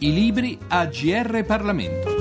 I libri a GR Parlamento.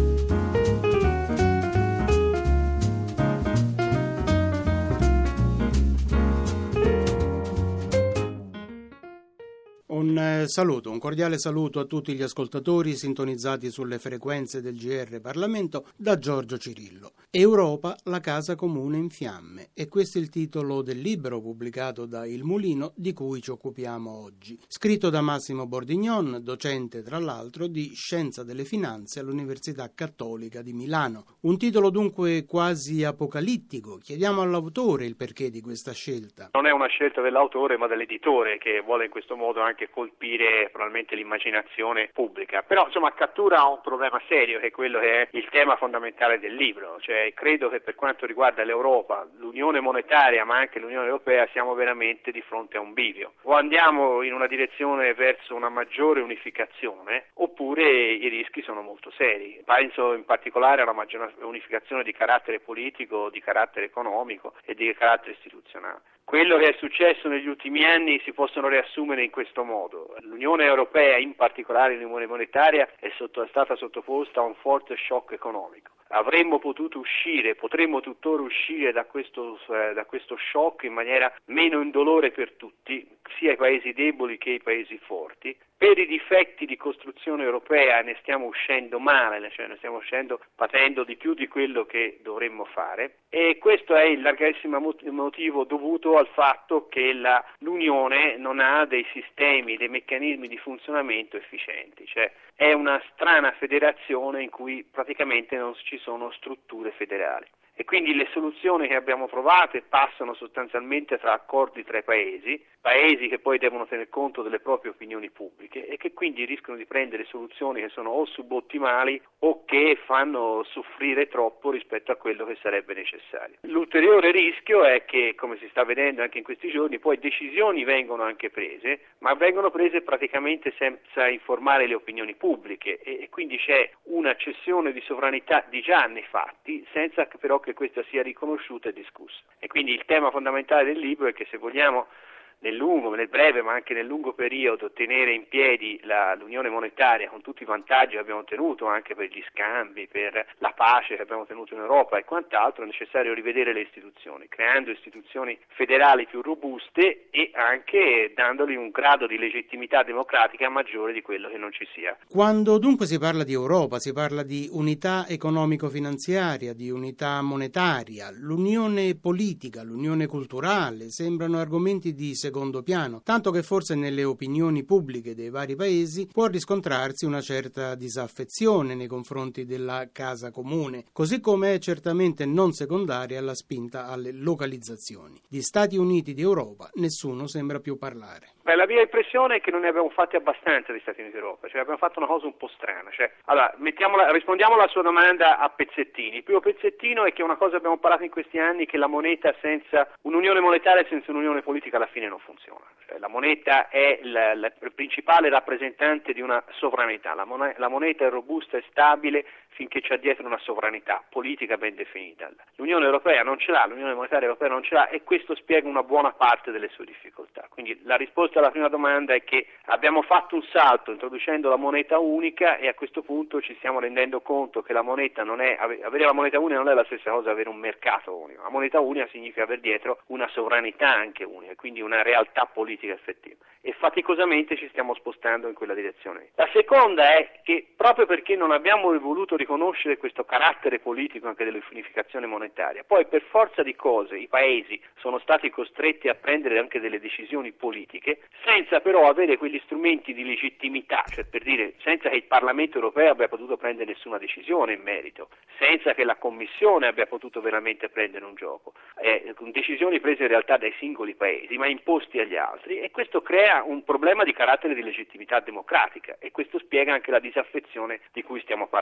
Un cordiale saluto a tutti gli ascoltatori sintonizzati sulle frequenze del GR Parlamento da Giorgio Cirillo. Europa, la casa comune in fiamme. E questo è il titolo del libro pubblicato da Il Mulino di cui ci occupiamo oggi. Scritto da Massimo Bordignon, docente tra l'altro di Scienza delle Finanze all'Università Cattolica di Milano. Un titolo dunque quasi apocalittico. Chiediamo all'autore il perché di questa scelta. Non è una scelta dell'autore ma dell'editore, che vuole in questo modo anche colpire probabilmente l'immaginazione pubblica, però insomma cattura un problema serio, che è quello che è il tema fondamentale del libro. Cioè credo che per quanto riguarda l'Europa, l'Unione monetaria ma anche l'Unione Europea, siamo veramente di fronte a un bivio: o andiamo in una direzione verso una maggiore unificazione oppure i rischi sono molto seri. Penso in particolare a una maggiore unificazione di carattere politico, di carattere economico e di carattere istituzionale. Quello che è successo negli ultimi anni si possono riassumere in questo modo. L'Unione Europea, in particolare l'Unione monetaria, è stata sottoposta a un forte shock economico. Potremmo tuttora uscire da questo shock in maniera meno indolore per tutti, sia i paesi deboli che i paesi forti. Per i difetti di costruzione europea ne stiamo uscendo male, cioè ne stiamo uscendo patendo di più di quello che dovremmo fare, e questo è il larghissimo motivo dovuto al fatto che l'Unione non ha dei sistemi, dei meccanismi di funzionamento efficienti, cioè è una strana federazione in cui praticamente non ci sono strutture federali. E quindi le soluzioni che abbiamo provato passano sostanzialmente tra accordi tra i paesi che poi devono tener conto delle proprie opinioni pubbliche e che quindi rischiano di prendere soluzioni che sono o subottimali o che fanno soffrire troppo rispetto a quello che sarebbe necessario. L'ulteriore rischio è che, come si sta vedendo anche in questi giorni, poi decisioni vengono anche prese, ma vengono prese praticamente senza informare le opinioni pubbliche e quindi c'è una cessione di sovranità di già nei fatti, senza però che questa sia riconosciuta e discussa. E quindi il tema fondamentale del libro è che se vogliamo nel breve ma anche nel lungo periodo tenere in piedi l'unione monetaria con tutti i vantaggi che abbiamo ottenuto anche per gli scambi, per la pace che abbiamo ottenuto in Europa e quant'altro, è necessario rivedere le istituzioni, creando istituzioni federali più robuste e anche dandogli un grado di legittimità democratica maggiore di quello che non ci sia. Quando dunque si parla di Europa, si parla di unità economico-finanziaria, di unità monetaria, l'unione politica, l'unione culturale sembrano argomenti di secondo piano, tanto che forse nelle opinioni pubbliche dei vari paesi può riscontrarsi una certa disaffezione nei confronti della casa comune, così come è certamente non secondaria la spinta alle localizzazioni. Di Stati Uniti d'Europa nessuno sembra più parlare. La mia impressione è che non ne abbiamo fatte abbastanza di Stati Uniti d'Europa, cioè abbiamo fatto una cosa un po' strana. Rispondiamo alla sua domanda a pezzettini. Il primo pezzettino è che una cosa abbiamo parlato in questi anni, che la moneta senza un'unione monetaria e senza un'unione politica alla fine non funziona. Cioè, la moneta è il principale rappresentante di una sovranità. La moneta è robusta e stabile finché c'è dietro una sovranità politica ben definita. L'Unione Europea non ce l'ha, l'Unione Monetaria Europea non ce l'ha, e questo spiega una buona parte delle sue difficoltà. Quindi la risposta alla prima domanda è che abbiamo fatto un salto introducendo la moneta unica e a questo punto ci stiamo rendendo conto che avere la moneta unica non è la stessa cosa avere un mercato unico. La moneta unica significa avere dietro una sovranità anche unica, quindi una realtà politica effettiva. E faticosamente ci stiamo spostando in quella direzione. La seconda è che proprio perché non abbiamo voluto riconoscere questo carattere politico anche dell'unificazione monetaria, poi per forza di cose i paesi sono stati costretti a prendere anche delle decisioni politiche senza però avere quegli strumenti di legittimità, cioè per dire senza che il Parlamento europeo abbia potuto prendere nessuna decisione in merito, senza che la Commissione abbia potuto veramente prendere un gioco, con decisioni prese in realtà dai singoli paesi ma imposti agli altri, e questo crea un problema di carattere di legittimità democratica e questo spiega anche la disaffezione di cui stiamo parlando.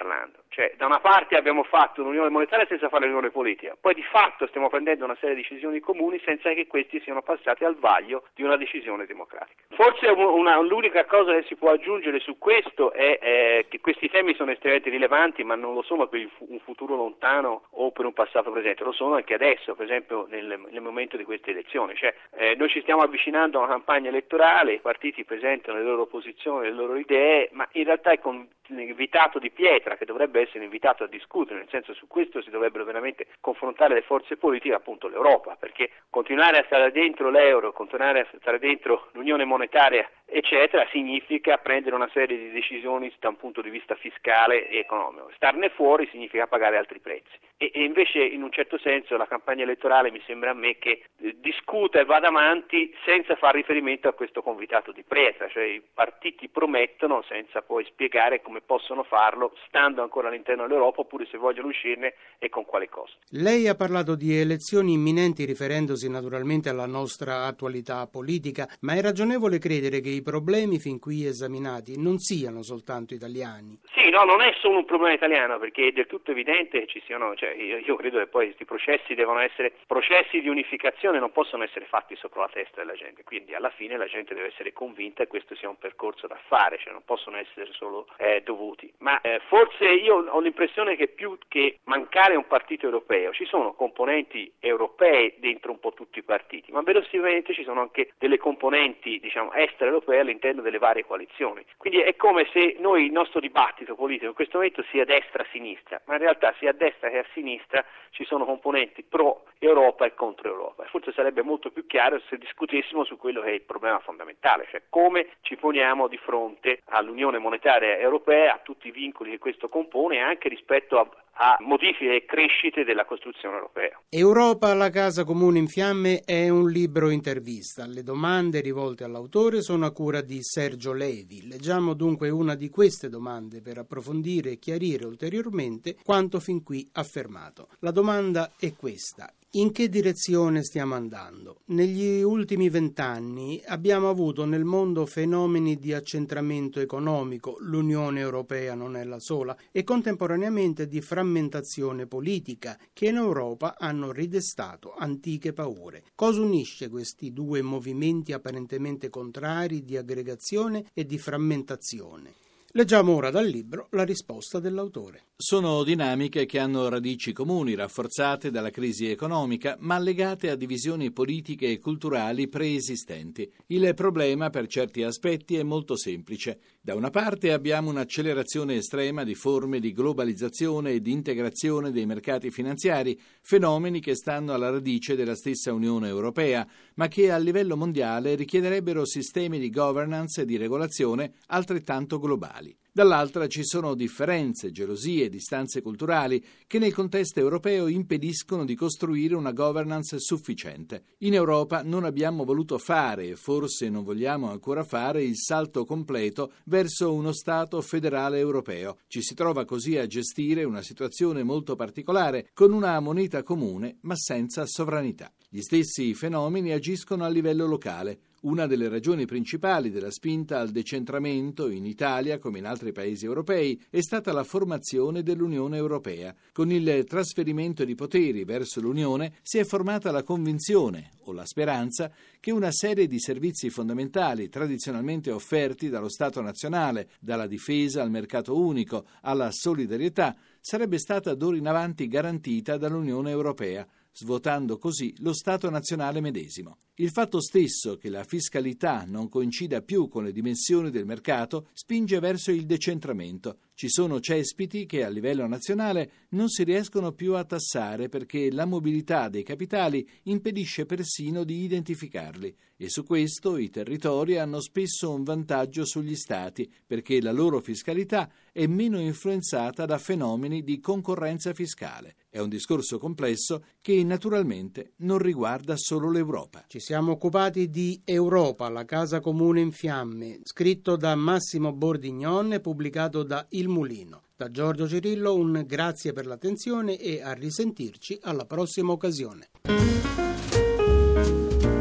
Cioè, da una parte abbiamo fatto l'unione monetaria senza fare l'unione politica, poi di fatto stiamo prendendo una serie di decisioni comuni senza che questi siano passati al vaglio di una decisione democratica. Forse l'unica cosa che si può aggiungere su questo è che questi temi sono estremamente rilevanti, ma non lo sono per un futuro lontano o per un passato presente, lo sono anche adesso, per esempio nel momento di queste elezioni. Cioè, noi ci stiamo avvicinando a una campagna elettorale, i partiti presentano le loro posizioni, le loro idee, ma in realtà è con l'invitato di pietra che dovrebbe essere invitato a discutere, nel senso su questo si dovrebbero veramente confrontare le forze politiche, appunto l'Europa, perché continuare a stare dentro l'euro, continuare a stare dentro l'unione monetaria eccetera significa prendere una serie di decisioni da un punto di vista fiscale e economico, starne fuori significa pagare altri prezzi e invece in un certo senso la campagna elettorale mi sembra a me che discuta e vada avanti senza far riferimento a questo convitato di pietra, cioè i partiti promettono senza poi spiegare come possono farlo stando ancora all'interno dell'Europa oppure se vogliono uscirne e con quale costo. Lei ha parlato di elezioni imminenti riferendosi naturalmente alla nostra attualità politica, ma è ragionevole credere che i problemi fin qui esaminati non siano soltanto italiani? Sì, no, non è solo un problema italiano perché è del tutto evidente che ci siano, cioè io credo che poi questi processi devono essere processi di unificazione, non possono essere fatti sopra la testa della gente, quindi alla fine la gente deve essere convinta che questo sia un percorso da fare, cioè non possono essere solo dovuti, ma forse io ho l'impressione che più che mancare un partito europeo ci sono componenti europee dentro un po' tutti i partiti, ma verosimilmente ci sono anche delle componenti diciamo extraeuropee all'interno delle varie coalizioni, quindi è come se il nostro dibattito politico in questo momento sia destra-sinistra, ma in realtà sia a destra che a sinistra ci sono componenti pro-Europa e contro-Europa e forse sarebbe molto più chiaro se discutessimo su quello che è il problema fondamentale, cioè come ci poniamo di fronte all'Unione Monetaria Europea, a tutti i vincoli che questo compone e anche rispetto a modifiche e crescite della costruzione europea. Europa, la casa comune in fiamme è un libro intervista. Le domande rivolte all'autore sono a cura di Sergio Levi. Leggiamo dunque una di queste domande per approfondire e chiarire ulteriormente quanto fin qui affermato. La domanda è questa: in che direzione stiamo andando? Negli ultimi 20 anni abbiamo avuto nel mondo fenomeni di accentramento economico, l'Unione Europea non è la sola, e contemporaneamente di frammentazione politica che in Europa hanno ridestato antiche paure. Cosa unisce questi due movimenti apparentemente contrari di aggregazione e di frammentazione? Leggiamo ora dal libro la risposta dell'autore. Sono dinamiche che hanno radici comuni, rafforzate dalla crisi economica, ma legate a divisioni politiche e culturali preesistenti. Il problema, per certi aspetti, è molto semplice. Da una parte abbiamo un'accelerazione estrema di forme di globalizzazione e di integrazione dei mercati finanziari, fenomeni che stanno alla radice della stessa Unione Europea, ma che a livello mondiale richiederebbero sistemi di governance e di regolazione altrettanto globali. Dall'altra ci sono differenze, gelosie, distanze culturali che nel contesto europeo impediscono di costruire una governance sufficiente. In Europa non abbiamo voluto fare e forse non vogliamo ancora fare il salto completo verso uno Stato federale europeo. Ci si trova così a gestire una situazione molto particolare con una moneta comune ma senza sovranità. Gli stessi fenomeni agiscono a livello locale. Una delle ragioni principali della spinta al decentramento in Italia, come in altri paesi europei, è stata la formazione dell'Unione Europea. Con il trasferimento di poteri verso l'Unione si è formata la convinzione o la speranza che una serie di servizi fondamentali tradizionalmente offerti dallo Stato nazionale, dalla difesa al mercato unico alla solidarietà, sarebbe stata d'ora in avanti garantita dall'Unione Europea, svuotando così lo Stato nazionale medesimo. Il fatto stesso che la fiscalità non coincida più con le dimensioni del mercato spinge verso il decentramento. Ci sono cespiti che a livello nazionale non si riescono più a tassare perché la mobilità dei capitali impedisce persino di identificarli e su questo i territori hanno spesso un vantaggio sugli stati perché la loro fiscalità è meno influenzata da fenomeni di concorrenza fiscale. È un discorso complesso che naturalmente non riguarda solo l'Europa. Ci siamo occupati di Europa, la casa comune in fiamme, scritto da Massimo Bordignon e pubblicato da Il Mulino. Da Giorgio Cirillo un grazie per l'attenzione e a risentirci alla prossima occasione.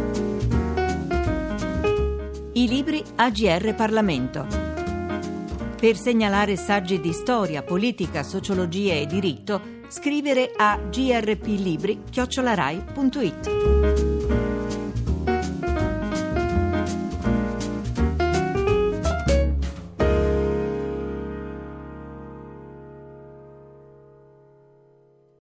I libri AGR Parlamento. Per segnalare saggi di storia, politica, sociologia e diritto, scrivere a grplibri@rai.it.